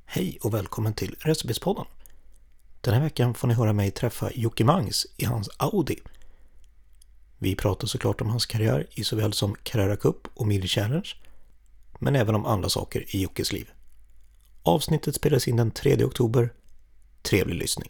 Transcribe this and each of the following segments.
Hej och välkommen till Recipespodden. Den här veckan får ni höra mig träffa Jocke Mangs i hans Audi. Vi pratar såklart om hans karriär i såväl som Carrera Cup och Mille Challenge, men även om andra saker i Jockes liv. Avsnittet spelas in den 3 oktober. Trevlig lyssning.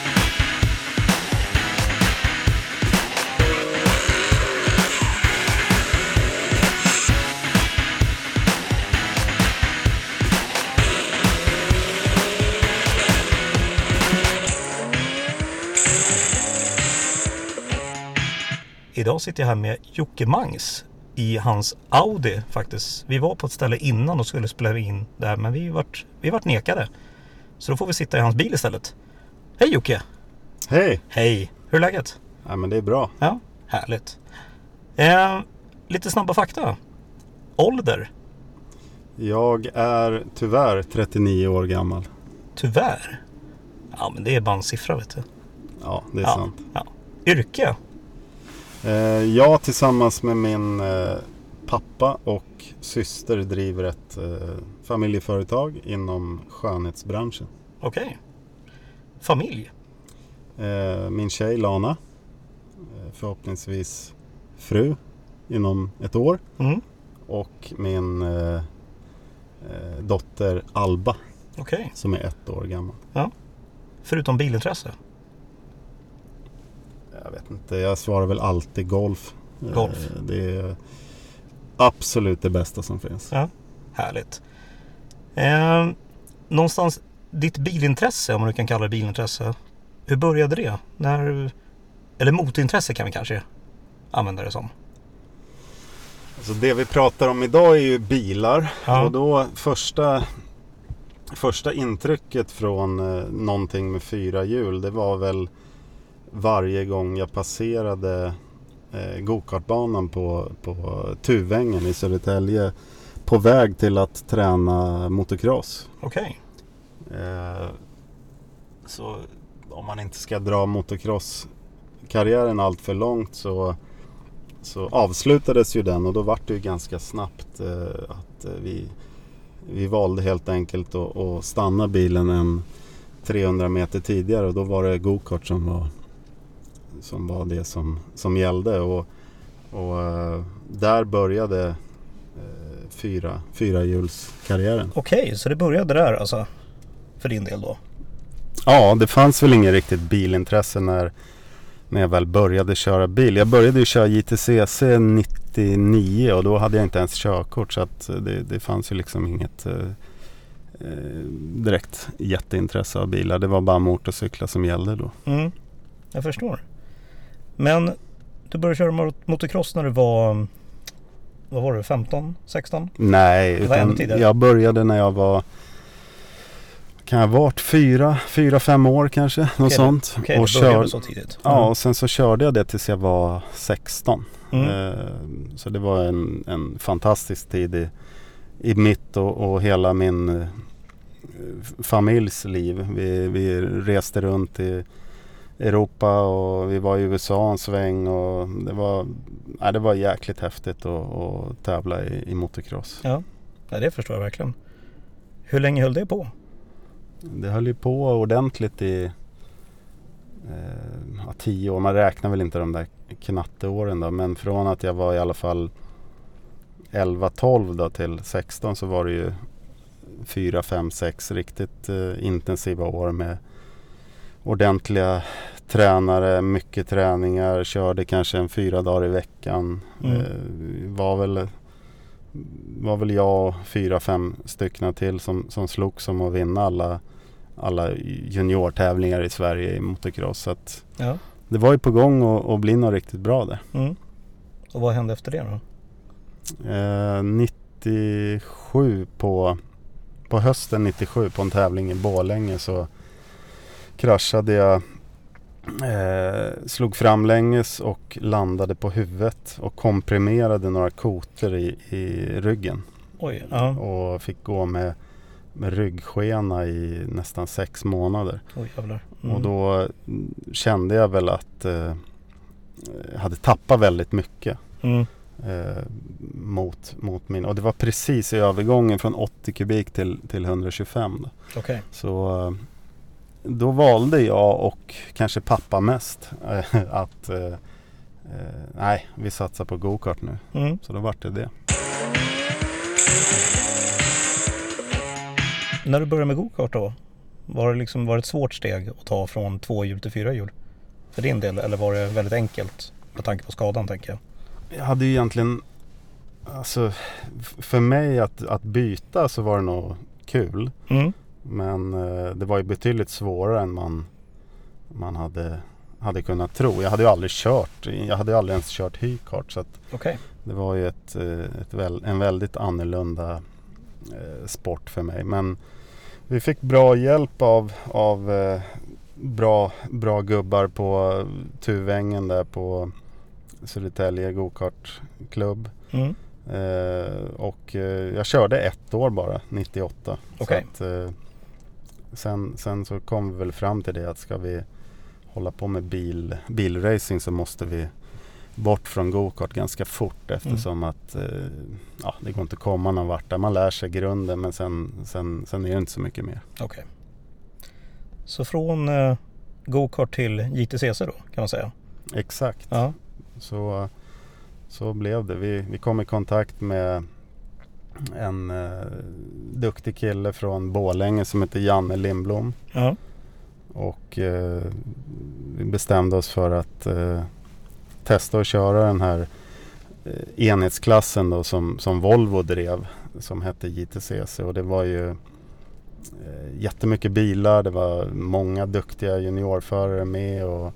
Idag sitter jag här med Jocke Mangs i hans Audi faktiskt. Vi var på ett ställe innan och skulle spela in där, men vi vart nekade. Så då får vi sitta i hans bil istället. Hej Jocke! Hej! Hej! Hur är läget? Ja, men det är bra. Ja, härligt. Lite snabba fakta. Ålder? Jag är tyvärr 39 år gammal. Tyvärr? Ja, men det är bara en siffra, vet du. Ja, det är sant. Ja. Yrke? Jag tillsammans med min pappa och syster driver ett familjeföretag inom skönhetsbranschen. Okej. Familj? Min tjej Lana, förhoppningsvis fru inom ett år. Mm. Och min dotter Alba, Okej. som är 1 år gammal. Ja. Förutom bilintresse? Jag vet inte, jag svarar väl alltid golf. Golf. Det är absolut det bästa som finns. Ja, härligt. Någonstans ditt bilintresse, om man kan kalla det bilintresse. Hur började det? Eller motorintresse kan vi kanske använda det som. Alltså det vi pratar om idag är ju bilar. Ja. Och då första intrycket från någonting med 4 hjul, det var väl varje gång jag passerade gokartbanan på Tuvängen i Södertälje på väg till att träna motocross. Okej. Så om man inte ska dra motocross-karriären allt för långt så avslutades ju den, och då var det ju ganska snabbt att vi valde helt enkelt att stanna bilen en 300 meter tidigare, och då var det gokart som var det som gällde, och där började fyrahjulskarriären. Okej, så det började där alltså för din del då? Ja, det fanns väl ingen riktigt bilintresse när jag väl började köra bil. Jag började ju köra JTCC 99 och då hade jag inte ens körkort, så att det fanns ju liksom inget direkt jätteintresse av bilar. Det var bara motorcyklar som gällde då. Mm, jag förstår. Men du började köra motocross när du var, vad var det, 15, 16? Nej, utan jag började när jag var, kan jag ha varit 4-5 år kanske, något sånt. Okej, och det började så tidigt. Ja, och sen så körde jag det tills jag var 16. Mm. Så det var en fantastisk tid i mitt och hela min familjs liv. Vi reste runt i Europa och vi var i USA en sväng, och det var jäkligt häftigt att tävla i motocross. Ja, det förstår jag verkligen. Hur länge höll det på? Det höll ju på ordentligt i 10 år. Man räknar väl inte de där knatteåren då, men från att jag var i alla fall 11-12 då till 16 så var det ju 4, 5, 6 riktigt intensiva år med ordentliga tränare, mycket träningar, körde kanske 4 dagar i veckan. Var väl jag och 4-5 stycken till som slogs om att vinna alla juniortävlingar i Sverige i motocross. Så att det var ju på gång att bli något riktigt bra där. Mm. Och vad hände efter det då? 97 på hösten 97 på en tävling i Borlänge så kraschade jag, slog framlänges och landade på huvudet och komprimerade några kotor i ryggen. Oj, ja. Och fick gå med ryggskena i nästan 6 månader. Oj, jävlar. Och då kände jag väl att jag hade tappat väldigt mycket. mot min. Och det var precis i övergången från 80 kubik till 125 då. Okay. Så då valde jag och kanske pappa mest att nej, vi satsar på go-kart nu. Så då var det. När du började med go-kart då, var det ett svårt steg att ta från 2 hjul till 4 hjul för din del, eller var det väldigt enkelt med tanke på skadan, tänker jag? Jag hade ju egentligen, alltså för mig att byta så var det nog kul. Men det var ju betydligt svårare än man hade kunnat tro. Jag hade ju aldrig ens kört hykart, så att det var ju en väldigt annorlunda sport för mig. Men vi fick bra hjälp av bra gubbar på Tuvängen där på Södertälje go-kartklubb. Och jag körde 1 år bara, 98. Okay. Så att, sen så kom vi väl fram till det att ska vi hålla på med bilracing så måste vi bort från go-kart ganska fort, eftersom att det går inte att komma någon vart där. Man lär sig grunden, men sen är det inte så mycket mer. Okej. Så från go-kart till JTCC då, kan man säga? Exakt. Ja. Så blev det. Vi kom i kontakt med en duktig kille från Borlänge som heter Janne Lindblom. Ja. Och vi bestämde oss för att testa att köra den här enhetsklassen då, som Volvo drev, som hette JTCC. Och det var ju jättemycket bilar, det var många duktiga juniorförare med och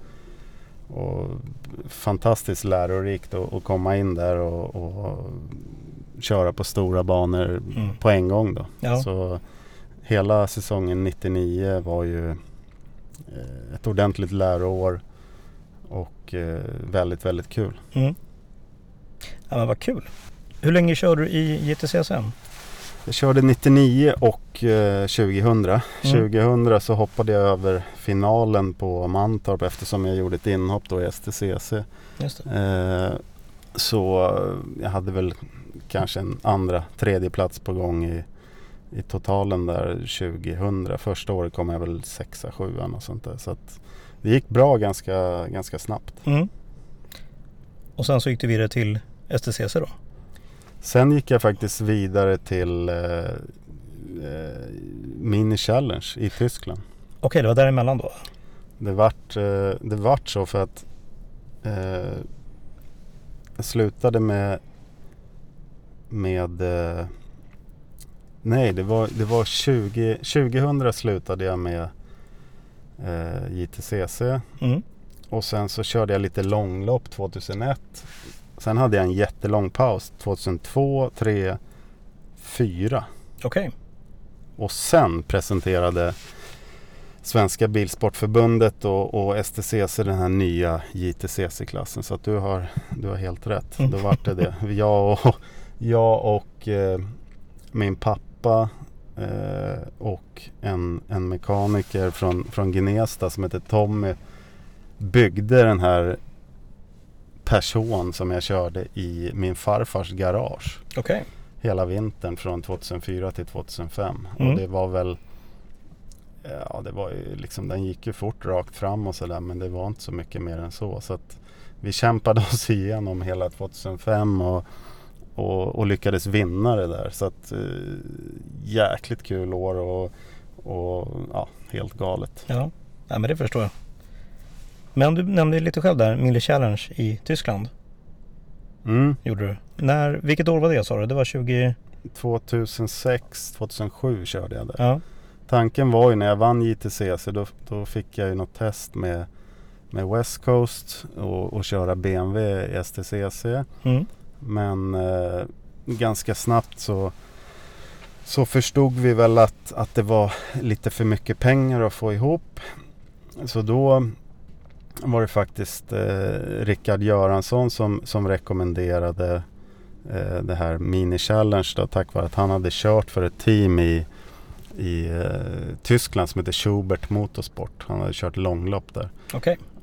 fantastiskt lärorikt att komma in där och köra på stora banor på en gång då. Ja. Så hela säsongen 99 var ju ett ordentligt läroår och väldigt, väldigt kul. Ja, men vad kul. Hur länge körde du i JTCC? Jag körde 99 och 2000. 2000 så hoppade jag över finalen på Mantorp eftersom jag gjorde ett inhopp då i STCC. Just det. Så jag hade väl kanske en tredje plats på gång i totalen där 2000. Första året kom jag väl 6-7 och sånt där. Så att det gick bra ganska snabbt. Och sen så gick du vidare till STCC då? Sen gick jag faktiskt vidare till Mini Challenge i Tyskland. Okej, det var däremellan då? Det vart så för att jag slutade med nej, det var 2000 slutade jag med JTCC. Och sen så körde jag lite långlopp 2001. Sen hade jag en jättelång paus 2002, 3, 4. Okej. Och sen presenterade Svenska Bilsportförbundet och STCC den här nya JTCC-klassen. Så att du har helt rätt. Då var det. Jag och min pappa och en mekaniker från Gnesta som heter Tommy byggde den här person som jag körde i min farfars garage. Okej. Hela vintern från 2004 till 2005. Och det var väl det var ju liksom, den gick ju fort rakt fram och sådär, men det var inte så mycket mer än så. Så att vi kämpade oss igenom hela 2005 och lyckades vinna det där. Så att jäkligt kul år och helt galet. Ja, men det förstår jag. Men du nämnde lite själv där, Mini Challenge i Tyskland. Gjorde du. Vilket år var det, sa du? Det var 2006, 2007 körde jag där. Ja. Tanken var ju när jag vann JTCC, då fick jag ju något test med West Coast och köra BMW i STCC. Men ganska snabbt så förstod vi väl att det var lite för mycket pengar att få ihop. Så då var det faktiskt Rickard Göransson som rekommenderade det här Mini Challenge då, tack vare att han hade kört för ett team i Tyskland som heter Schubert Motorsport. Han hade kört långlopp där. Okej.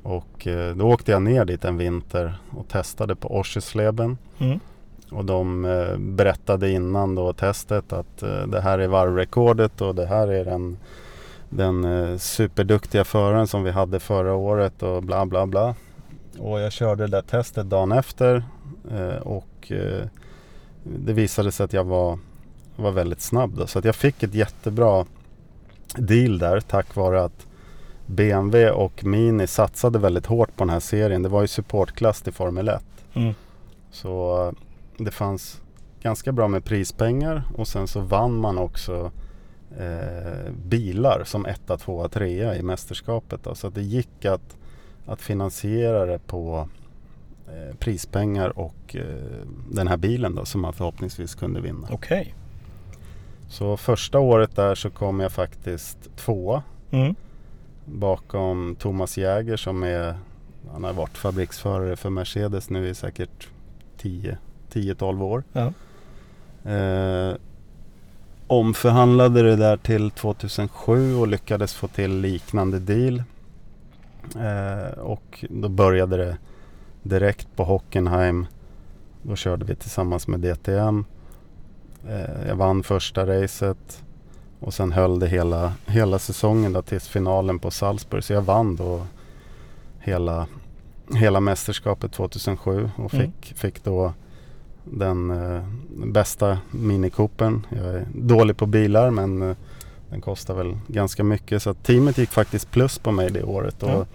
Och då åkte jag ner dit en vinter och testade på Oschersleben. Och de berättade innan då testet att det här är varvrekordet och det här är den superduktiga föraren som vi hade förra året och bla bla bla. Och jag körde det där testet dagen efter och det visade sig att jag var väldigt snabb då. Så att jag fick ett jättebra deal där tack vare att BMW och Mini satsade väldigt hårt på den här serien. Det var ju supportklass till Formel 1. Så det fanns ganska bra med prispengar och sen så vann man också bilar som 1, 2, 3 i mästerskapet då. Så att det gick att finansiera det på prispengar och den här bilen då som man förhoppningsvis kunde vinna. Okej. Så första året där så kom jag faktiskt 2 bakom Thomas Jäger som han har varit fabriksförare för Mercedes nu i säkert 10-12 år. Ja. Omförhandlade det där till 2007 och lyckades få till liknande deal. Och då började det direkt på Hockenheim. Då körde vi tillsammans med DTM. Jag vann första racet och sen höll det hela säsongen då tills finalen på Salzburg. Så jag vann då hela mästerskapet 2007 och fick då den bästa Mini Coopern. Jag är dålig på bilar men den kostar väl ganska mycket så att teamet gick faktiskt plus på mig det året och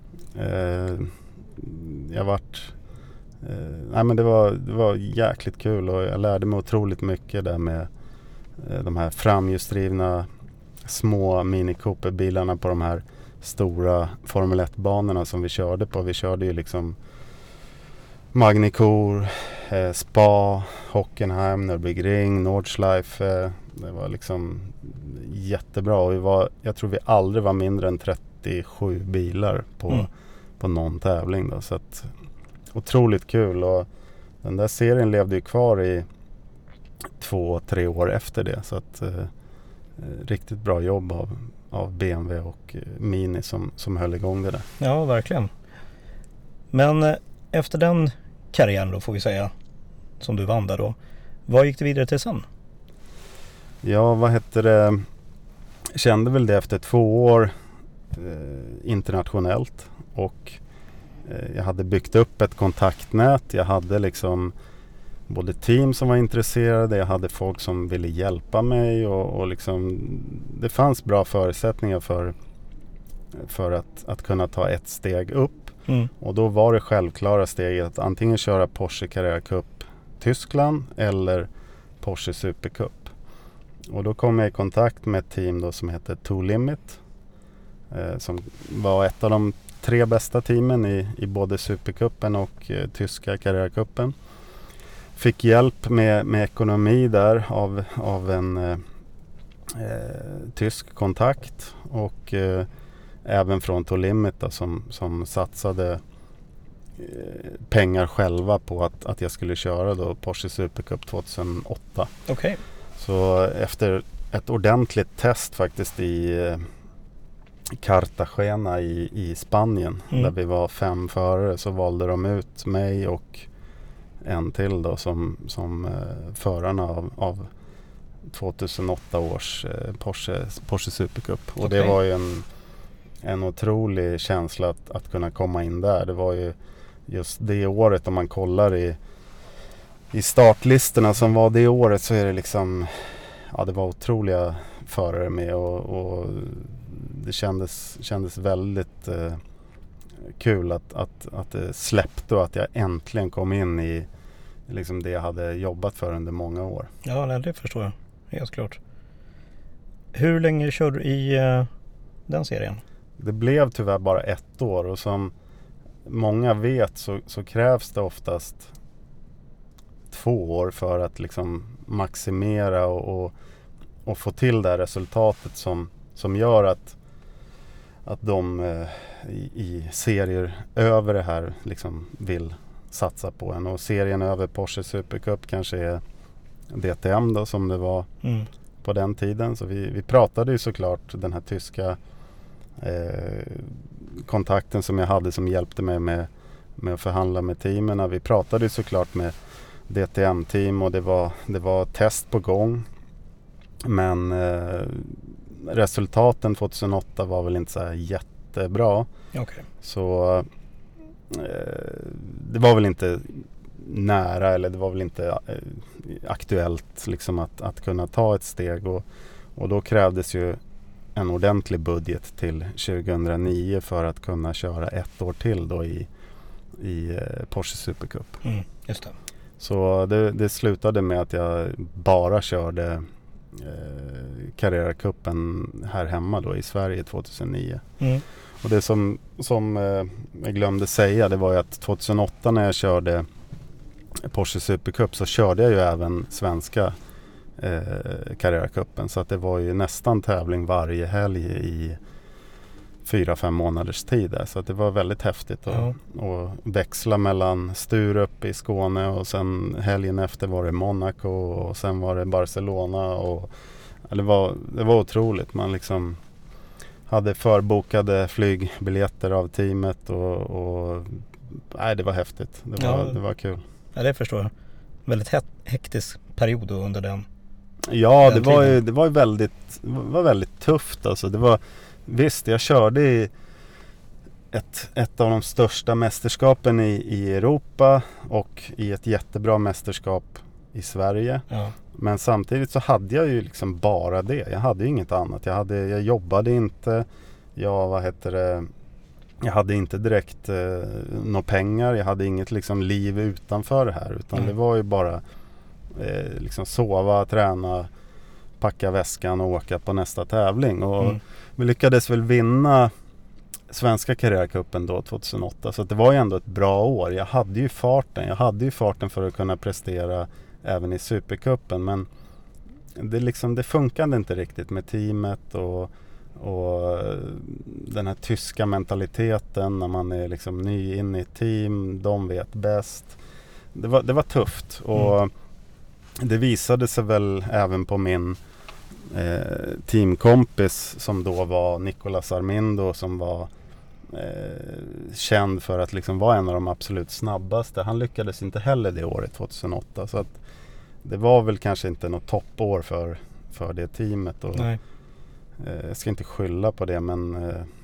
jag vart men det var jäkligt kul och jag lärde mig otroligt mycket där med de här framhjulsdrivna små Mini Cooper-bilarna på de här stora Formel 1-banorna som vi körde på. Vi körde ju liksom Magny-Cours, Spa, Hockenheim, Nürburgring, Nordschleife. Det var liksom jättebra och jag tror vi aldrig var mindre än 37 bilar på någon tävling då. Så att otroligt kul och den där serien levde ju kvar i 2-3 år efter det så att riktigt bra jobb av BMW och Mini som höll igång det där. Ja, verkligen. Men efter den karriären då får vi säga som du vann där då, vad gick du vidare till sen? Ja, kände väl det efter 2 år internationellt och jag hade byggt upp ett kontaktnät. Jag hade liksom både team som var intresserade, jag hade folk som ville hjälpa mig och liksom det fanns bra förutsättningar för att kunna ta ett steg upp. Och då var det självklara steget att antingen köra Porsche Carrera Cup Tyskland eller Porsche Supercup. Och då kom jag i kontakt med ett team då som heter Two Limit som var ett av de 3 bästa teamen i både Supercupen och tyska Carrera Cupen. Fick hjälp med ekonomi där av en tysk kontakt och även från Two Limit då, som satsade pengar själva på att jag skulle köra då Porsche Supercup 2008. Okay. Så efter ett ordentligt test faktiskt i Cartagena i Spanien där vi var 5 förare så valde de ut mig och en till då som förarna av 2008 års Porsche Supercup. Och det var ju en otrolig känsla att kunna komma in där. Det var ju just det året om man kollar i startlistorna som var det året så är det liksom det var otroliga förare med och det kändes väldigt kul att det släppte och att jag äntligen kom in i liksom det jag hade jobbat för under många år. Ja, det förstår jag. Helt klart. Hur länge körde du i den serien? Det blev tyvärr bara 1 år och som många vet så krävs det oftast 2 år för att liksom maximera och få till det här resultatet som gör att de i serier över det här liksom vill satsa på en. Och serien över Porsche Supercup kanske är DTM då som det var på den tiden. Så vi pratade ju såklart den här tyska kontakten som jag hade som hjälpte mig med att förhandla med teamen. Vi pratade ju såklart med DTM-team och det var test på gång. Men resultaten 2008 var väl inte så här jättebra. Okay. Så det var väl inte nära, eller det var väl inte aktuellt liksom att kunna ta ett steg. Och då krävdes ju en ordentlig budget till 2009 för att kunna köra ett år till då i Porsche Supercup. Just det. Så det slutade med att jag bara körde Carrera-cupen här hemma då i Sverige 2009. Och det som jag glömde säga, det var ju att 2008 när jag körde Porsche Supercup så körde jag ju även svenska Carrera-cupen. Så att det var ju nästan tävling varje helg i 4-5 månaders tid där. Så att det var väldigt häftigt att växla mellan Sturup i Skåne och sen helgen efter var det Monaco och sen var det Barcelona. Och det var otroligt. Man liksom hade förbokade flygbiljetter av teamet och nej, det var häftigt. Det var kul. Ja, det förstår jag. Väldigt hektisk period under den. Ja, det var väldigt tufft alltså. Visst, jag körde i ett av de största mästerskapen i Europa och i ett jättebra mästerskap i Sverige. Ja. Men samtidigt så hade jag ju liksom bara det. Jag hade ju inget annat. Jag jobbade inte. Jag hade inte direkt några pengar. Jag hade inget liksom liv utanför det här. Utan det var ju bara liksom sova, träna, packa väskan och åka på nästa tävling. Och vi lyckades väl vinna svenska Carrera-cupen då 2008. Så det var ju ändå ett bra år. Jag hade ju farten för att kunna prestera även i Supercupen. Men det funkade inte riktigt med teamet och den här tyska mentaliteten när man är liksom ny in i ett team. De vet bäst. Det var tufft. Och det visade sig väl även på min teamkompis som då var Nicolas Armindo, som var känd för att liksom vara en av de absolut snabbaste. Han lyckades inte heller det året 2008, så att det var väl kanske inte något toppår för det teamet. Och jag ska inte skylla på det, men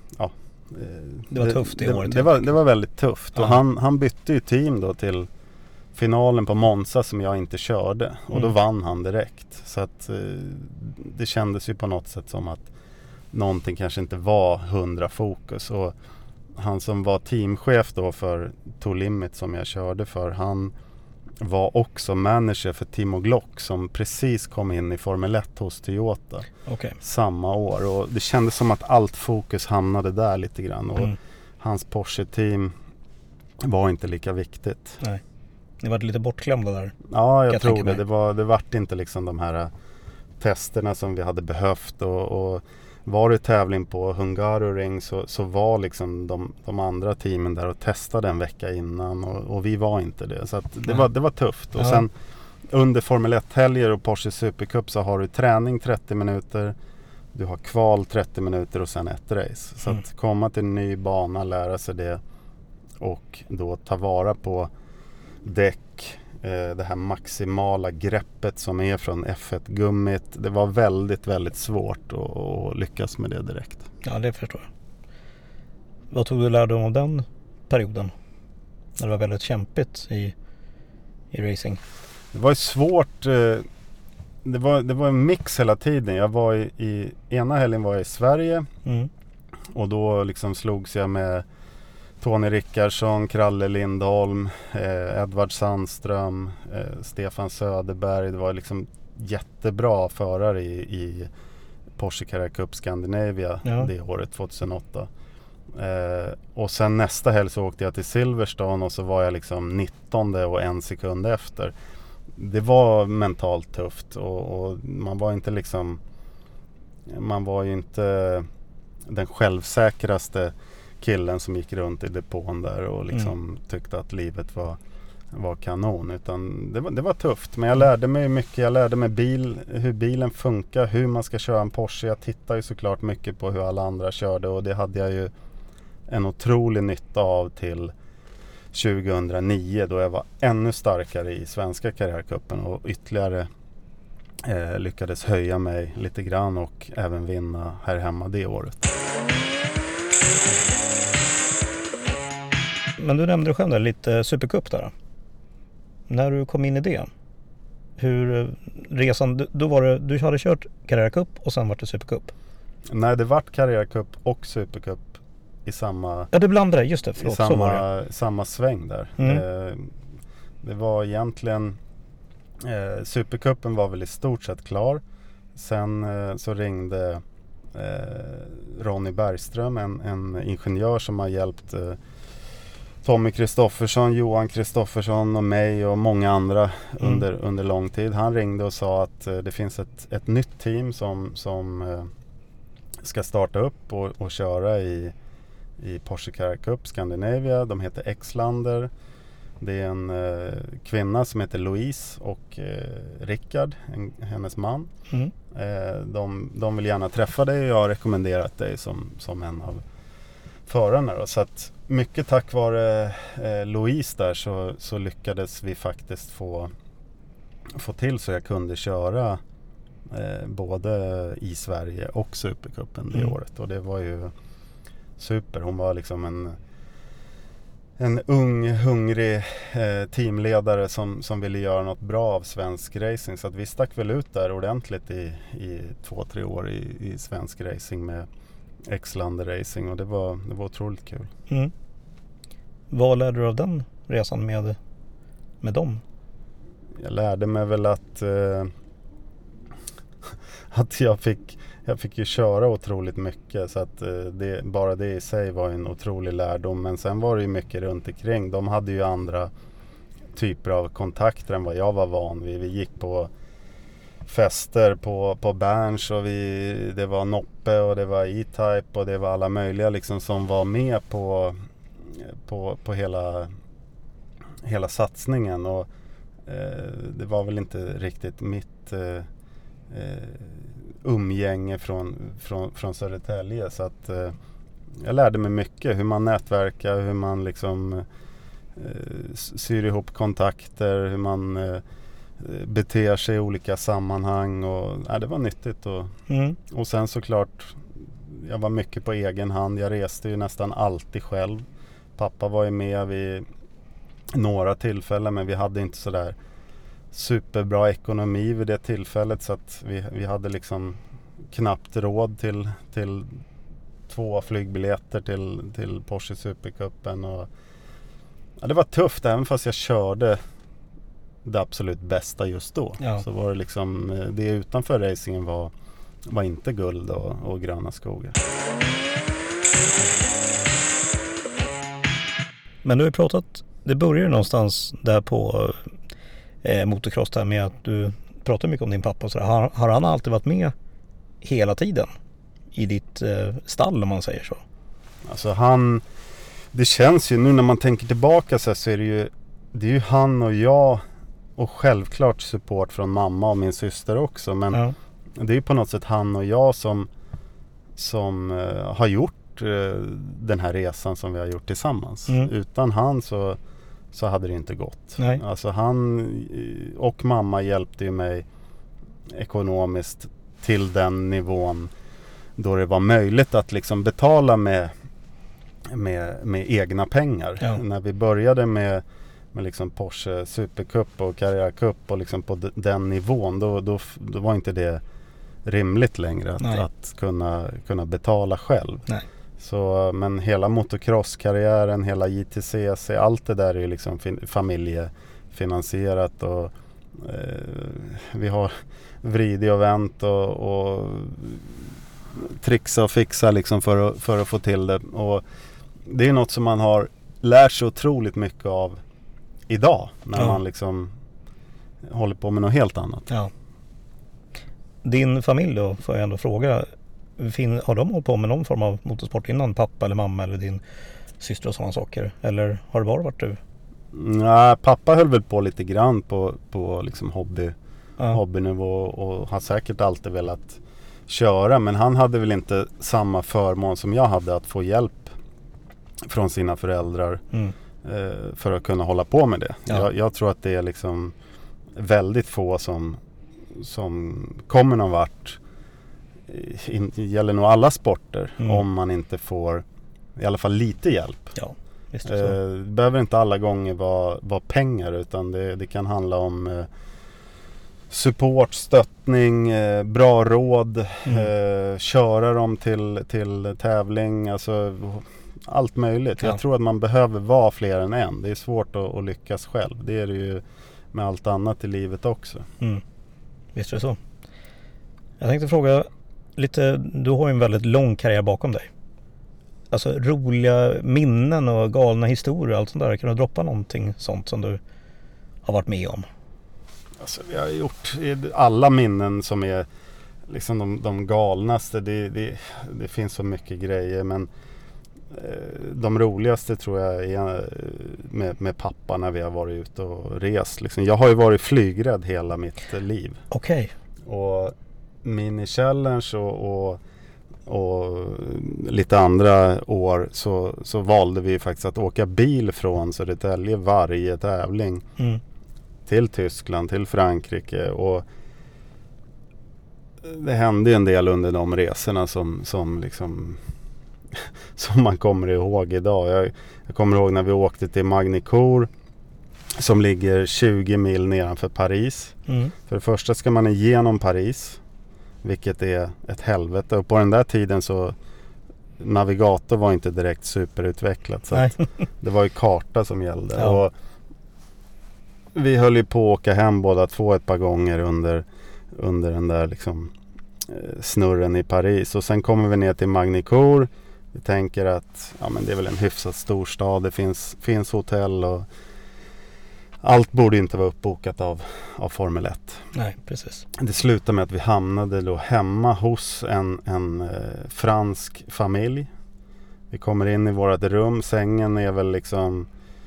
det var tufft det året. Det var väldigt tufft. Och han bytte ju team då till finalen på Monza som jag inte körde. Och då vann han direkt. Så att det kändes ju på något sätt som att någonting kanske inte var 100 fokus. Och han som var teamchef då för Tour Limit som jag körde för, han var också manager för Timo Glock som precis kom in i Formel 1 hos Toyota samma år. Och det kändes som att allt fokus hamnade där lite grann. Och hans Porsche-team var inte lika viktigt. Nej. Ni var lite bortklämda där. Ja, jag tror det. Det vart inte liksom de här testerna som vi hade behövt. Och var det tävling på Hungaroring så var liksom de andra teamen där och testade en vecka innan. Och vi var inte det. Så att det var tufft. Och sen under Formel 1-helger och Porsche Supercup så har du träning 30 minuter. Du har kval 30 minuter och sen ett race. Så att komma till en ny bana, lära sig det och då ta vara på däck, det här maximala greppet som är från F1-gummit. Det var väldigt, väldigt svårt att lyckas med det direkt. Ja, det förstår jag. Vad tog du lärdom av den perioden? När det var väldigt kämpigt i racing. Det var svårt. Det var en mix hela tiden. Jag var i ena helgen var jag i Sverige. Och då liksom slogs jag med Tony Rickardsson, Kralle Lindholm, Edvard Sandström, Stefan Söderberg. Det var liksom jättebra förare i Porsche Carrera Cup Scandinavia det året 2008. Och sen nästa helg så åkte jag till Silverstone och så var jag liksom 19:e och 1 sekund efter. Det var mentalt tufft och man var ju inte den självsäkraste killen som gick runt i depån där och liksom tyckte att livet var kanon, utan det var tufft. Men jag lärde mig mycket. Jag lärde mig hur bilen funkar, hur man ska köra en Porsche. Jag tittar ju såklart mycket på hur alla andra körde och det hade jag ju en otrolig nytta av till 2009 då jag var ännu starkare i svenska karriärcupen och ytterligare lyckades höja mig lite grann och även vinna här hemma det året. Men du nämnde själv där lite Supercup där. När du kom in i det, hur resan, då var det, du hade kört karriärcup och sen var det Supercup? Nej, det vart karriärcup och Supercup i samma... Ja, du blandade, just det, förlåt, i så var det. samma sväng där. Det var egentligen... Supercupen var väl i stort sett klar. Sen så ringde Ronny Bergström, en ingenjör som har hjälpt Tommy Kristoffersson, Johan Kristoffersson och mig och många andra under lång tid. Han ringde och sa att det finns ett nytt team som ska starta upp och köra i Porsche Carrera Cup Scandinavia. De heter Exlander. Det är en kvinna som heter Louise och Rickard, hennes man. De vill gärna träffa dig och jag har rekommenderat dig som en av förarna. Då. Så att mycket tack vare Louise där så lyckades vi faktiskt få till så jag kunde köra både i Sverige och Supercupen det året. Och det var ju super. Hon var liksom en ung, hungrig teamledare som ville göra något bra av svensk racing. Så att vi stack väl ut där ordentligt i 2-3 år i svensk racing med Exlander Racing. Och det var otroligt kul. Vad lärde du av den resan med dem? Jag lärde mig väl att jag fick ju köra otroligt mycket, så att bara det i sig var en otrolig lärdom. Men sen var det ju mycket runt omkring. De hade ju andra typer av kontakter än vad jag var van vid. Vi gick på fester på Berns och det var Noppe och det var E-Type och det var alla möjliga liksom som var med på hela satsningen. Och det var väl inte riktigt mitt umgänge från Södertälje, så att jag lärde mig mycket hur man nätverkar, hur man liksom syr ihop kontakter, hur man beter sig i olika sammanhang och det var nyttigt och sen såklart jag var mycket på egen hand. Jag reste ju nästan alltid själv. Pappa var ju med vid några tillfällen, men vi hade inte sådär superbra ekonomi vid det tillfället, så att vi hade liksom knappt råd till 2 flygbiljetter till Porsche Supercupen. Och det var tufft, även fast jag körde det absolut bästa just då. Ja. Så var det liksom, det utanför racingen var inte guld och gröna skogar. Men du har ju pratat, det började någonstans där på motocross där med att du pratar mycket om din pappa och sådär. Har han alltid varit med hela tiden i ditt stall, om man säger så? Alltså det känns ju nu när man tänker tillbaka så är det är ju han och jag och självklart support från mamma och min syster också, men det är ju på något sätt han och jag som har gjort den här resan som vi har gjort tillsammans. Utan han så hade det inte gått. Nej. Alltså han och mamma hjälpte ju mig ekonomiskt till den nivån då det var möjligt att liksom betala med egna pengar. Ja. När vi började med liksom Porsche Supercup och Carrera Cup och liksom på den nivån då var inte det rimligt längre att kunna betala själv. Nej. Så, men hela motocrosskarriären, hela JTCC, allt det där är ju liksom familjefinansierat och vi har vridit och vänt och trixa och fixa liksom för att få till det. Och det är något som man har lärt sig otroligt mycket av idag när man liksom håller på med något helt annat. Ja. Din familj då, får jag ändå fråga, har de hållit på med någon form av motorsport innan, pappa eller mamma eller din syster och sådana saker? Eller har det bara varit du? Nej, pappa höll väl på lite grann på liksom hobbynivå och har säkert alltid velat köra, men han hade väl inte samma förmån som jag hade att få hjälp från sina föräldrar för att kunna hålla på med det. Ja. Jag tror att det är liksom väldigt få som kommer någon vart. Det gäller nog alla sporter om man inte får i alla fall lite hjälp. Ja, visst är det så. Det behöver inte alla gånger vara pengar, utan det kan handla om support, stöttning, bra råd, köra dem till tävling, alltså allt möjligt. Ja. Jag tror att man behöver vara fler än en. Det är svårt att lyckas själv. Det är det ju med allt annat i livet också. Visst är det så. Jag tänkte fråga lite, du har ju en väldigt lång karriär bakom dig. Alltså roliga minnen och galna historier och allt sånt där. Kan du droppa någonting sånt som du har varit med om? Alltså, vi har gjort alla minnen som är liksom de galnaste. Det finns så mycket grejer, men de roligaste tror jag är med pappa när vi har varit ute och rest. Liksom. Jag har ju varit flygrädd hela mitt liv. Okej. Och Mini Challenge och lite andra år så valde vi faktiskt att åka bil från Södertälje varje tävling till Tyskland, till Frankrike, och det hände en del under de resorna som liksom som man kommer ihåg idag. Jag kommer ihåg när vi åkte till Magny-Cours som ligger 20 mil nedanför Paris. För det första ska man igenom Paris, vilket är ett helvete, och på den där tiden så navigator var inte direkt superutvecklat, så att det var ju karta som gällde. Ja. Och vi höll ju på att åka hem båda två ett par gånger under den där liksom snurren i Paris, och sen kommer vi ner till Magny-Cours. Vi tänker att men det är väl en hyfsat stor stad, det finns hotell och allt borde inte vara uppbokat av Formel 1. Nej, precis. Det slutade med att vi hamnade då hemma hos en fransk familj. Vi kommer in i vårt rum, sängen är väl liksom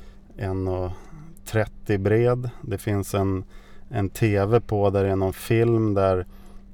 1,30 bred. Det finns en tv på där det är någon film där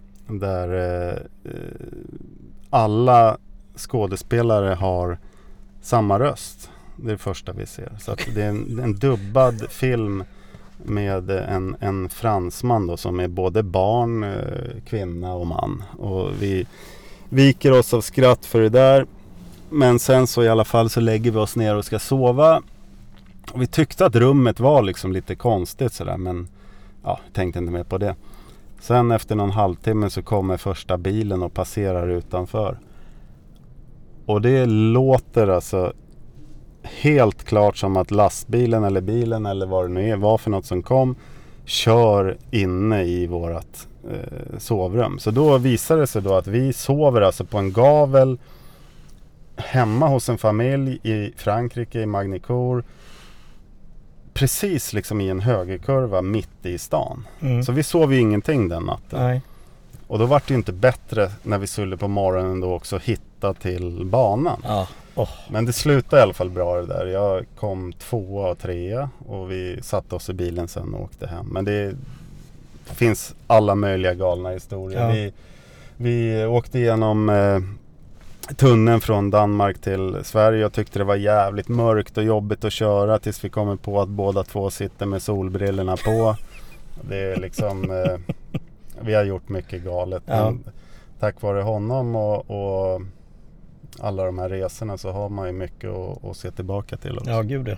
alla skådespelare har samma röst. Det är det första vi ser. Så att det är en dubbad film med en fransman då, som är både barn, kvinna och man. Och vi viker oss av skratt för det där. Men sen så i alla fall så lägger vi oss ner och ska sova. Och vi tyckte att rummet var liksom lite konstigt sådär, men tänkte inte mer på det. Sen efter någon halvtimme så kommer första bilen och passerar utanför. Och det låter alltså helt klart som att lastbilen eller bilen eller vad det nu var för något som kom, kör inne i vårat sovrum. Så då visar det sig då att vi sover alltså på en gavel hemma hos en familj i Frankrike, i Magny-Cours, precis liksom i en högerkurva mitt i stan. Så vi sov ju ingenting den natten. Nej. Och då var det ju inte bättre när vi skulle på morgonen då också hitta till banan. Ja. Men det slutade i alla fall bra det där. Jag kom 2:a och 3:a och vi satte oss i bilen sen och åkte hem. Men det finns alla möjliga galna historier. Ja. Vi åkte igenom tunneln från Danmark till Sverige och tyckte det var jävligt mörkt och jobbigt att köra tills vi kommer på att båda två sitter med solbrillorna på. Det är liksom vi har gjort mycket galet. Ja. Men tack vare honom och alla de här resorna så har man ju mycket att se tillbaka till också. Ja, gud ja.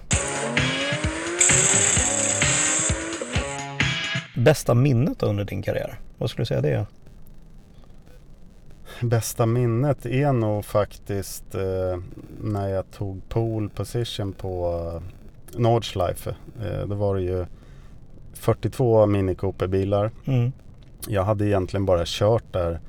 Bästa minnet under din karriär? Vad skulle du säga det är? Bästa minnet är nog faktiskt när jag tog pole position på Nordschleife. Då var det ju 42 Mini Cooper-bilar. Jag hade egentligen bara kört där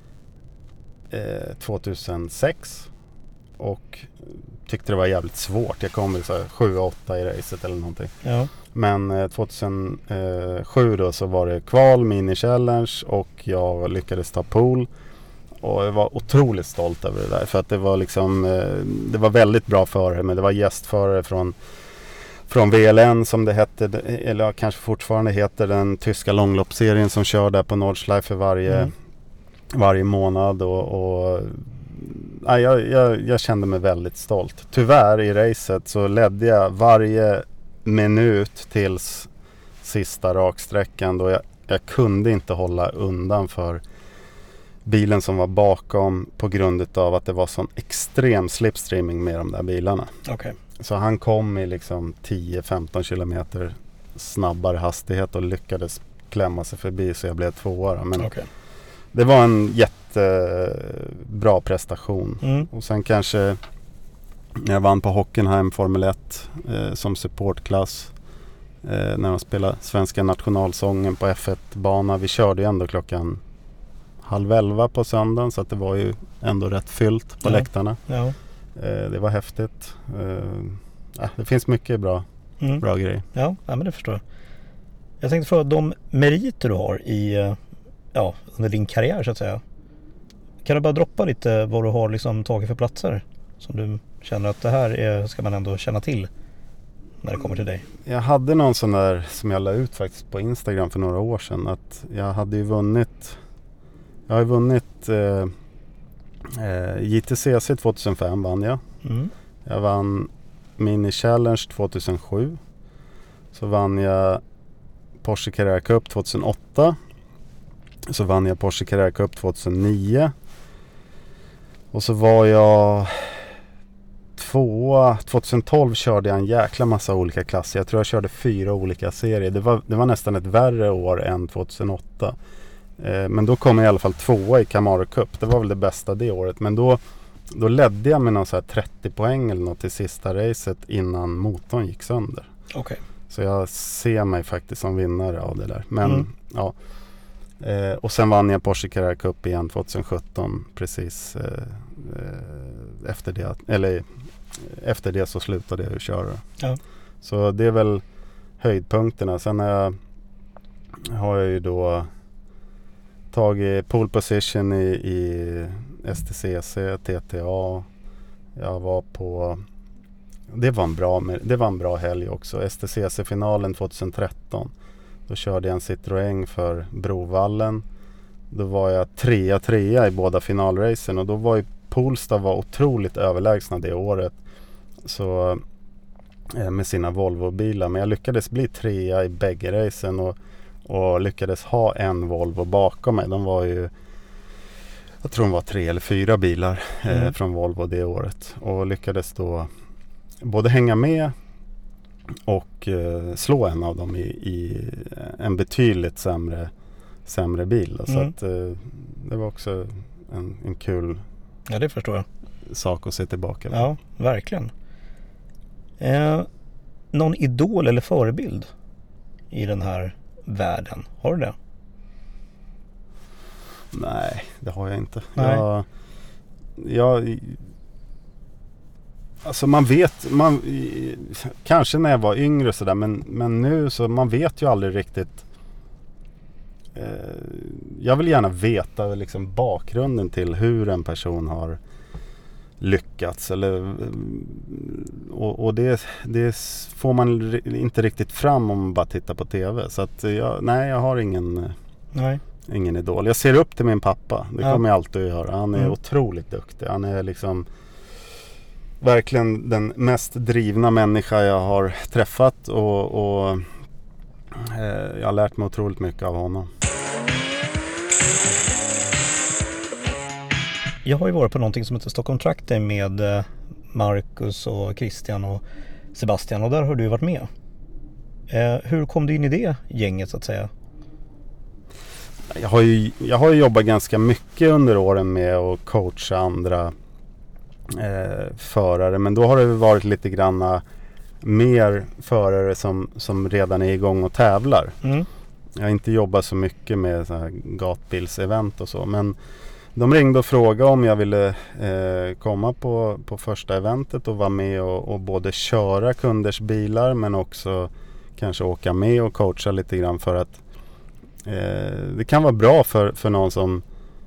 2006 och tyckte det var jävligt svårt. Jag kom 7-8 i racet eller någonting. Ja. Men 2007 då så var det kval, Mini Challenge, och jag lyckades ta pole. Och jag var otroligt stolt över det där, för att det var liksom det var väldigt bra förare, men det var gästförare från VLN som det hette, eller kanske fortfarande heter, den tyska långloppsserien som kör där på Nordschleife för varje månad, och jag kände mig väldigt stolt. Tyvärr i racet så ledde jag varje minut tills sista raksträckan då jag kunde inte hålla undan för bilen som var bakom på grund av att det var sån extrem slipstreaming med de där bilarna. Okay. Så han kom i liksom 10-15 kilometer snabbare hastighet och lyckades klämma sig förbi så jag blev 2:a. Men det var en jättebra prestation. Och sen kanske jag vann på Hockenheim Formel 1 som supportklass när de spelade svenska nationalsången på F1-bana. Vi körde ju ändå 10:30 på söndagen så att det var ju ändå rätt fyllt på läktarna. Ja. Det var häftigt. Det finns mycket bra grejer. Ja, men det förstår jag. Jag tänkte fråga, de meriter du har under din karriär så att säga. Kan du bara droppa lite vad du har liksom tagit för platser som du känner att det här ska man ändå känna till när det kommer till dig? Jag hade någon sån där som jag la ut faktiskt på Instagram för några år sedan att jag hade ju vunnit JTCC 2005 vann jag. Jag vann Mini Challenge 2007. Så vann jag Porsche Carrera Cup 2008. Så vann jag Porsche Carrera Cup 2009. Och så var jag 2012 körde jag en jäkla massa olika klasser. Jag tror jag körde 4 olika serier. Det var nästan ett värre år än 2008. Men då kom jag i alla fall 2:a i Camaro Cup. Det var väl det bästa det året. Men då ledde jag med någon så här 30 poäng eller något till sista racet innan motorn gick sönder. Okay. Så jag ser mig faktiskt som vinnare av det där. Men ja. Och sen vann jag Porsche Carrera Cup igen 2017 precis efter det så slutade jag ju köra. Ja. Så det är väl höjdpunkterna. Sen har jag ju då tagit pole position i STCC, TTA. Jag var på det var en bra helg också. STCC-finalen 2013. Då körde jag en Citroën för Brovallen. Då var jag trea i båda finalracen och då var ju Polestar var otroligt överlägsna det året. Så med sina Volvo-bilar. Men jag lyckades bli 3 i bägge racen och lyckades ha en Volvo bakom mig. De var ju, jag tror de var 3 eller 4 bilar från Volvo det året. Och lyckades då både hänga med och slå en av dem i en betydligt sämre bil. Så att det var också en kul det förstår jag. sak att se tillbaka på. Ja, verkligen. Någon idol eller förebild i den här världen? Har du det? Nej, det har jag inte. Nej. Alltså kanske när jag var yngre sådär, men nu så man vet ju aldrig riktigt. Jag vill gärna veta liksom bakgrunden till hur en person har lyckats och det får man inte riktigt fram om man bara tittar på tv. Så att jag har ingen idol. Jag ser upp till min pappa. Det kommer jag alltid att göra. Han är otroligt duktig. Han är liksom verkligen den mest drivna människa jag har träffat och jag har lärt mig otroligt mycket av honom. Jag har ju varit på någonting som heter Stockholm Track Day med Marcus och Christian och Sebastian och där har du varit med. Hur kom du in i det gänget så att säga? Jag har ju jobbat ganska mycket under åren med att coacha andra förare, men då har det varit lite granna mer förare som redan är igång och tävlar. Jag har inte jobbat så mycket med så här gatbilsevent och så, men de ringde och frågade om jag ville komma på första eventet och vara med och både köra kunders bilar men också kanske åka med och coacha lite grann för att det kan vara bra för någon som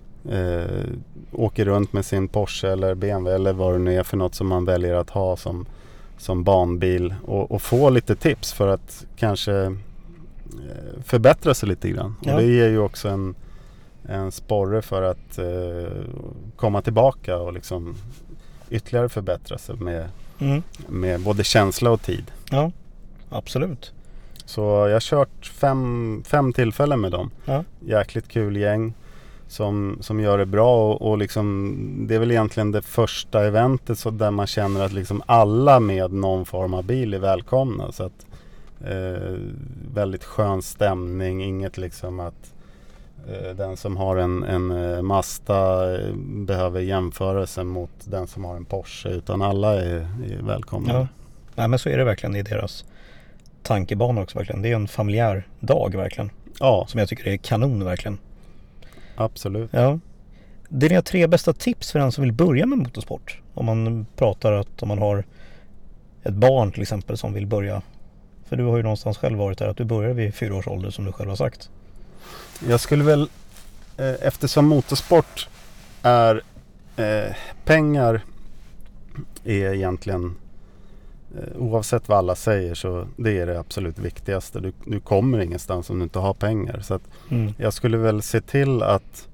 åker runt med sin Porsche eller BMW eller vad det nu är för något som man väljer att ha som banbil och få lite tips för att kanske förbättra sig lite grann. Ja. Och det ger ju också en sporre för att komma tillbaka och liksom ytterligare förbättra sig med både känsla och tid. Ja, absolut. Så jag har kört fem tillfällen med dem. Ja. Jäkligt kul gäng som gör det bra och liksom, det är väl egentligen det första eventet så där man känner att liksom alla med någon form av bil är välkomna. Så att väldigt skön stämning, inget liksom att den som har en Mazda behöver jämföra sig mot den som har en Porsche, utan alla är välkomna. Ja. Nej, men så är det verkligen i deras tankebanor också verkligen. Det är en familjär dag verkligen. Ja. Som jag tycker är kanon verkligen. Absolut. Ja. Det är dina 3 bästa tips för den som vill börja med motorsport. Om man pratar att om man har ett barn till exempel som vill börja. För du har ju någonstans själv varit där att du började vid 4 års ålder som du själv har sagt. Jag skulle väl, eftersom motorsport är pengar är egentligen oavsett vad alla säger, så det är det absolut viktigaste. Du kommer ingenstans om du inte har pengar. Så att jag skulle väl se till att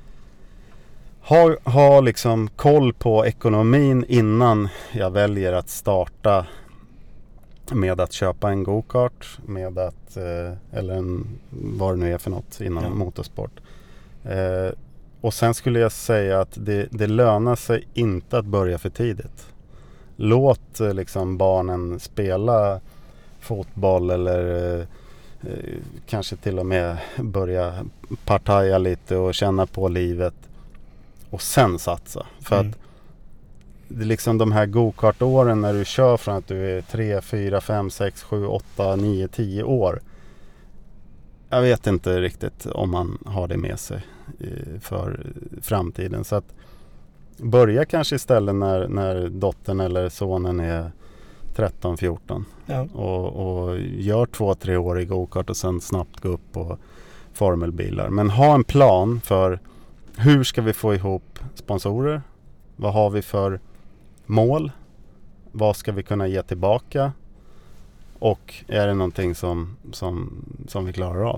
ha liksom koll på ekonomin innan jag väljer att starta med att köpa en go-kart, med att eller vad det nu är för något inom motorsport. Och sen skulle jag säga att det lönar sig inte att börja för tidigt. Låt liksom barnen spela fotboll eller kanske till och med börja partaja lite och känna på livet och sen satsa. För att det är liksom de här go-kart-åren när du kör från att du är 3, 4, 5, 6, 7, 8, 9, 10 år. Jag vet inte riktigt om man har det med sig för framtiden. Så att börja kanske istället när dottern eller sonen är 13-14. Ja. Och gör 2-3 år i go-kart och sen snabbt gå upp på formelbilar. Men ha en plan för hur ska vi få ihop sponsorer? Vad har vi för mål? Vad ska vi kunna ge tillbaka? Och är det någonting som vi klarar av?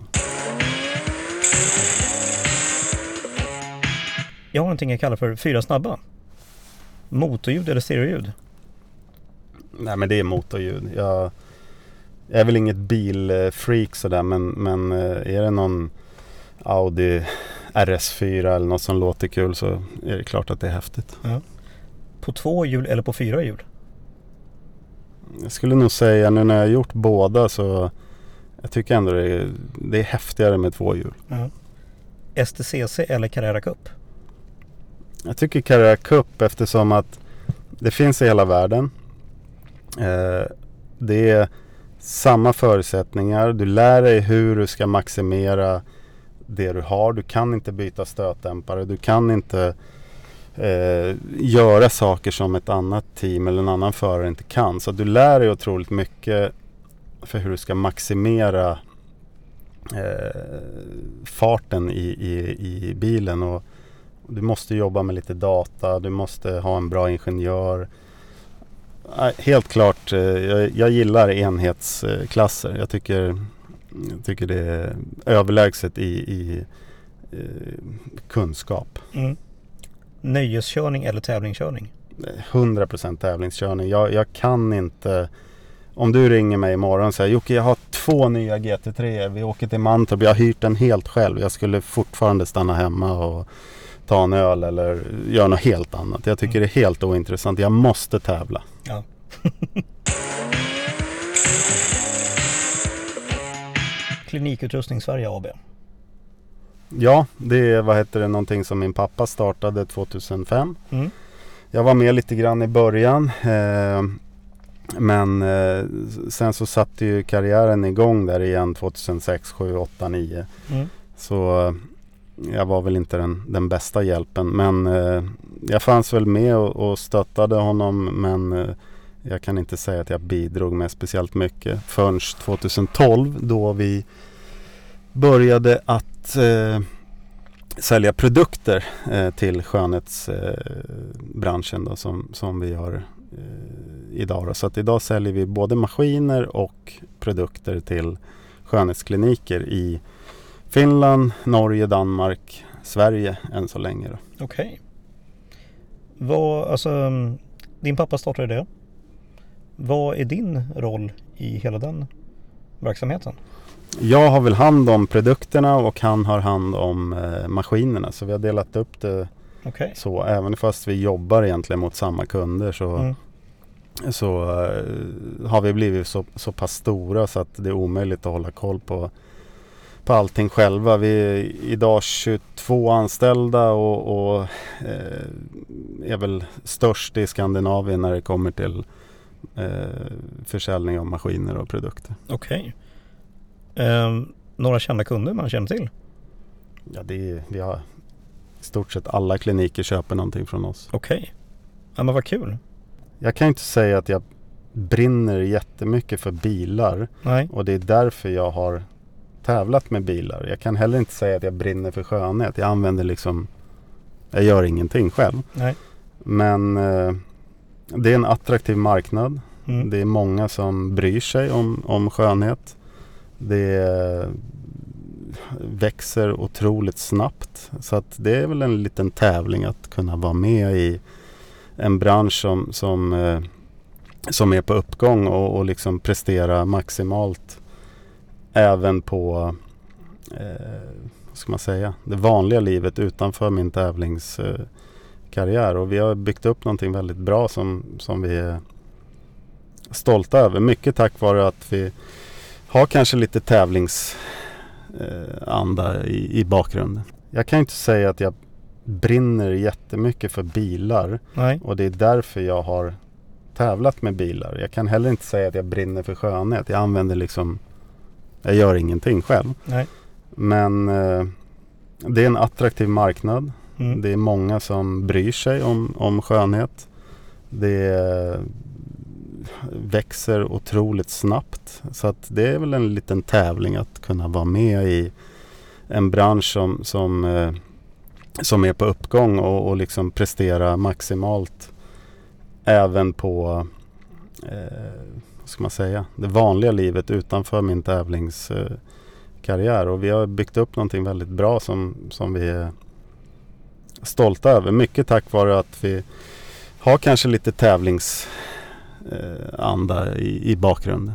Jag har någonting jag kallar för 4 snabba. Motorljud eller stereoljud? Nej, men det är motorljud. Jag är väl inget bilfreak sådär, men är det någon Audi RS4 eller något som låter kul så är det klart att det är häftigt. Ja. På 2 hjul eller på 4 hjul? Jag skulle nog säga, nu när jag har gjort båda, så jag tycker ändå det är häftigare med 2 hjul. Ja. STCC eller Carrera Cup? Jag tycker Carrera Cup, eftersom att det finns i hela världen. Det är samma förutsättningar. Du lär dig hur du ska maximera det du har. Du kan inte byta stötdämpare. Du kan inte göra saker som ett annat team eller en annan förare inte kan. Så du lär dig otroligt mycket för hur du ska maximera farten i bilen. Och du måste jobba med lite data. Du måste ha en bra ingenjör. Helt klart, jag gillar enhetsklasser. Jag tycker det är överlägset i kunskap. Nöjeskörning eller tävlingskörning? 100% tävlingskörning. Jag kan inte... Om du ringer mig imorgon och säger Jocke, jag har 2 nya GT3. Vi åker till Mantorp. Jag har hyrt den helt själv. Jag skulle fortfarande stanna hemma och ta en öl eller göra något helt annat. Jag tycker det är helt ointressant. Jag måste tävla. Ja. Klinikutrustning Sverige AB. Ja, det är någonting som min pappa startade 2005. Jag var med lite grann i början. Men sen så satte ju karriären igång där igen 2006, 7, 8, 9. Så jag var väl inte den bästa hjälpen. Men jag fanns väl med och stöttade honom. Men jag kan inte säga att jag bidrog med speciellt mycket. Förrän 2012 då vi började att sälja produkter till skönhetsbranschen då, som vi har idag. Så att idag säljer vi både maskiner och produkter till skönhetskliniker i Finland, Norge, Danmark, Sverige än så länge då. Okej. Din pappa startade det. Vad är din roll i hela den verksamheten? Jag har väl hand om produkterna och han har hand om maskinerna. Så vi har delat upp det så. Även fast vi jobbar egentligen mot samma kunder så har vi blivit så pass stora så att det är omöjligt att hålla koll på allting själva. Vi är idag 22 anställda och är väl störst i Skandinavien när det kommer till försäljning av maskiner och produkter. Okej. Några kända kunder man känner till? Ja, vi har i stort sett alla kliniker köper någonting från oss. Okej. Ja, men vad kul. Jag kan inte säga att jag brinner jättemycket för bilar. Nej. Och det är därför jag har tävlat med bilar. Jag kan heller inte säga att jag brinner för skönhet. Jag gör ingenting själv. Nej. Men det är en attraktiv marknad. Mm. Det är många som bryr sig om skönhet. Det växer otroligt snabbt. Så att det är väl en liten tävling att kunna vara med i en bransch som är på uppgång och liksom prestera maximalt även på vad ska man säga, det vanliga livet utanför min tävlingskarriär. Och vi har byggt upp någonting väldigt bra som vi är stolta över. Mycket tack vare att vi har kanske lite tävlingsanda i bakgrunden. Jag kan inte säga att jag brinner jättemycket för bilar. Nej. Och det är därför jag har tävlat med bilar. Jag kan heller inte säga att jag brinner för skönhet. Jag gör ingenting själv. Nej. Men det är en attraktiv marknad. Mm. Det är många som bryr sig om skönhet. Det växer otroligt snabbt. Så att det är väl en liten tävling att kunna vara med i en bransch som är på uppgång och liksom prestera maximalt även på vad ska man säga, det vanliga livet utanför min tävlingskarriär. Och vi har byggt upp någonting väldigt bra som vi är stolta över. Mycket tack vare att vi har kanske lite tävlingsanda i bakgrunden.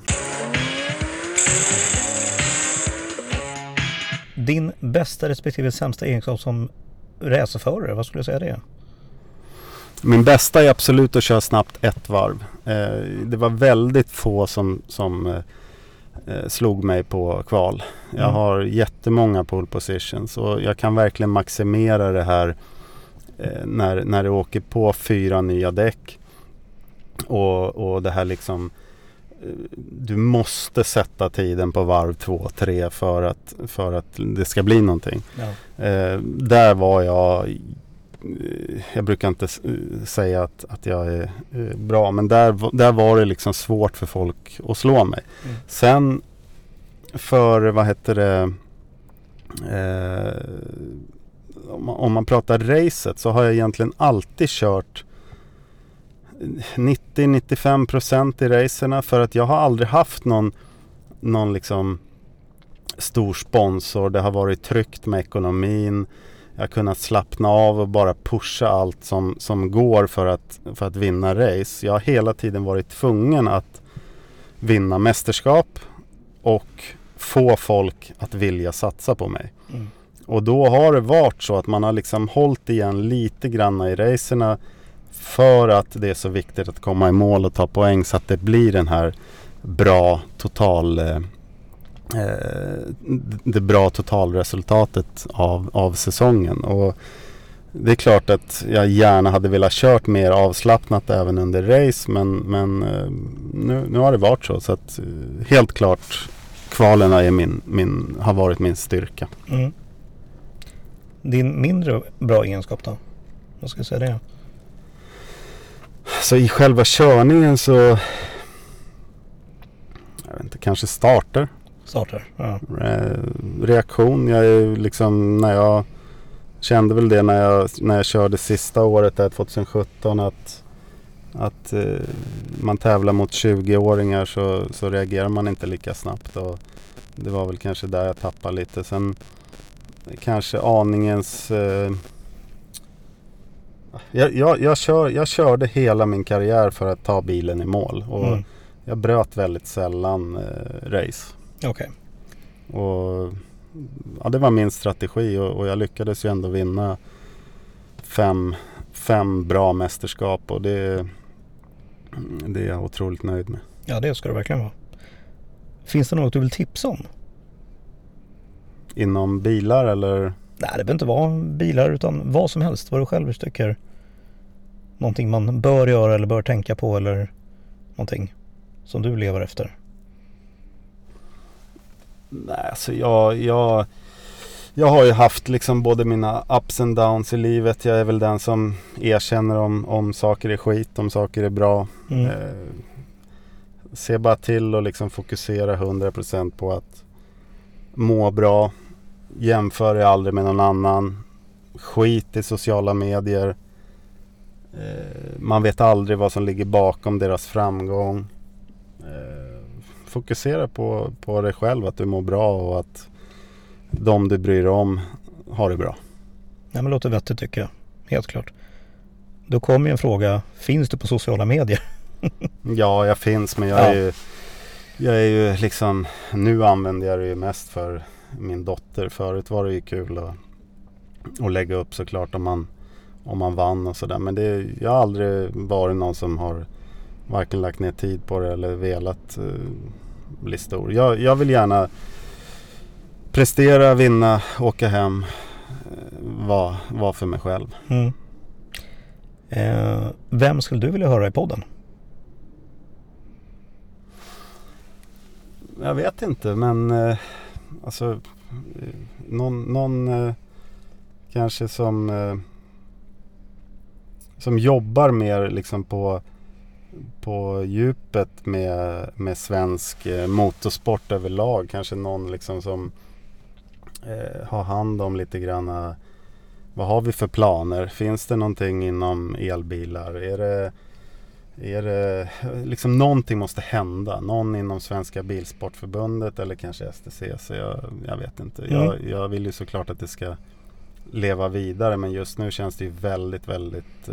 Din bästa respektive sämsta egenskap som racerförare, vad skulle du säga det är? Min bästa är absolut att köra snabbt ett varv. Det var väldigt få som slog mig på kval. Jag har jättemånga pole positions och jag kan verkligen maximera det här när du åker på 4 nya däck. Och det här liksom, du måste sätta tiden på varv 2-3 för att det ska bli någonting. Ja. Där var jag brukar inte säga att jag är bra, men där var det liksom svårt för folk att slå mig. Sen om man pratar racet så har jag egentligen alltid kört 90-95% i racerna, för att jag har aldrig haft någon liksom stor sponsor. Det har varit tryggt med ekonomin. Jag har kunnat slappna av och bara pusha allt som går för att vinna race. Jag har hela tiden varit tvungen att vinna mästerskap och få folk att vilja satsa på mig. Och då har det varit så att man har liksom hållit igen lite grann i racerna för att det är så viktigt att komma i mål och ta poäng, så att det blir den här det bra totalresultatet av säsongen. Och det är klart att jag gärna hade velat kört mer avslappnat även under race, men nu har det varit så att helt klart kvalerna har varit min styrka. Din mindre bra egenskap då? Vad ska jag säga det? Så i själva körningen så, jag vet inte, kanske starter, ja. Reaktion. Jag är liksom, när jag kände väl det när jag körde sista året där 2017 att man tävlar mot 20-åringar så reagerar man inte lika snabbt, och det var väl kanske där jag tappade lite. Sen kanske aningens... Jag körde hela min karriär för att ta bilen i mål. Och jag bröt väldigt sällan race. Okej. Och ja, det var min strategi och jag lyckades ju ändå vinna 5 bra mästerskap och det är jag otroligt nöjd med. Ja, det ska det verkligen vara. Finns det något du vill tipsa om? Inom bilar eller? Nej, det behöver inte vara bilar utan vad som helst. Vad du själv tycker. Någonting man bör göra eller bör tänka på eller någonting som du lever efter. Nej, alltså jag har ju haft liksom både mina ups and downs i livet. Jag är väl den som erkänner om saker är skit, om saker är bra. Se bara till och liksom fokusera 100% på att må bra. Jämför dig aldrig med någon annan. Skit i sociala medier. Man vet aldrig vad som ligger bakom deras framgång. Fokusera på dig själv, att du mår bra och att de du bryr dig om har det bra. Ja, men låter vettigt tycker jag. Helt klart. Då kommer ju en fråga. Finns du på sociala medier? Ja, jag finns, men jag är ju liksom, nu använder jag det ju mest för min dotter. Förut var det ju kul att lägga upp såklart om man vann och sådär. Men jag har aldrig varit någon som har varken lagt ner tid på det eller velat bli stor. Jag vill gärna prestera, vinna, åka hem, vara för mig själv. Vem skulle du vilja höra i podden? Jag vet inte, men alltså någon kanske som jobbar mer liksom på djupet med svensk motorsport överlag. Kanske någon liksom som har hand om lite grann vad har vi för planer? Finns det någonting inom elbilar? Är det liksom någonting måste hända? Någon inom Svenska Bilsportförbundet eller kanske STCC? Jag vet inte. Jag vill ju såklart att det ska leva vidare, men just nu känns det ju väldigt, väldigt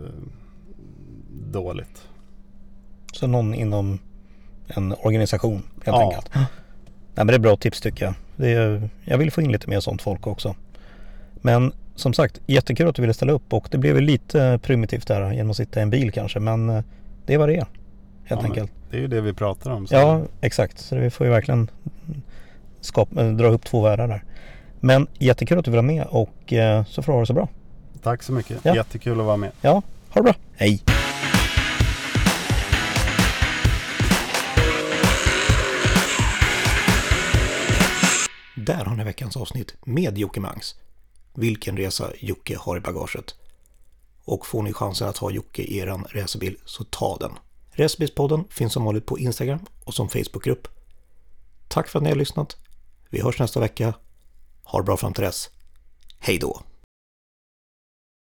dåligt. Så någon inom en organisation helt enkelt. Nej, men det är bra tips tycker jag. Jag vill få in lite mer sånt folk också. Men som sagt, jättekul att du ville ställa upp och det blev väl lite primitivt där genom att sitta i en bil kanske, men det är vad det är helt enkelt. Det är ju det vi pratar om. Så. Ja, exakt. Så vi får ju verkligen dra upp två världar där. Men jättekul att du vill vara med och så får du ha det så bra. Tack så mycket. Ja. Jättekul att vara med. Ja, ha det bra. Hej! Där har ni veckans avsnitt med Jocke Mangs. Vilken resa Jocke har i bagaget. Och får ni chansen att ha Jocke i eran racerbil så ta den. Racerbilspodden finns som vanligt på Instagram och som Facebookgrupp. Tack för att ni har lyssnat. Vi hörs nästa vecka. Ha det bra fram till dess. Hej då!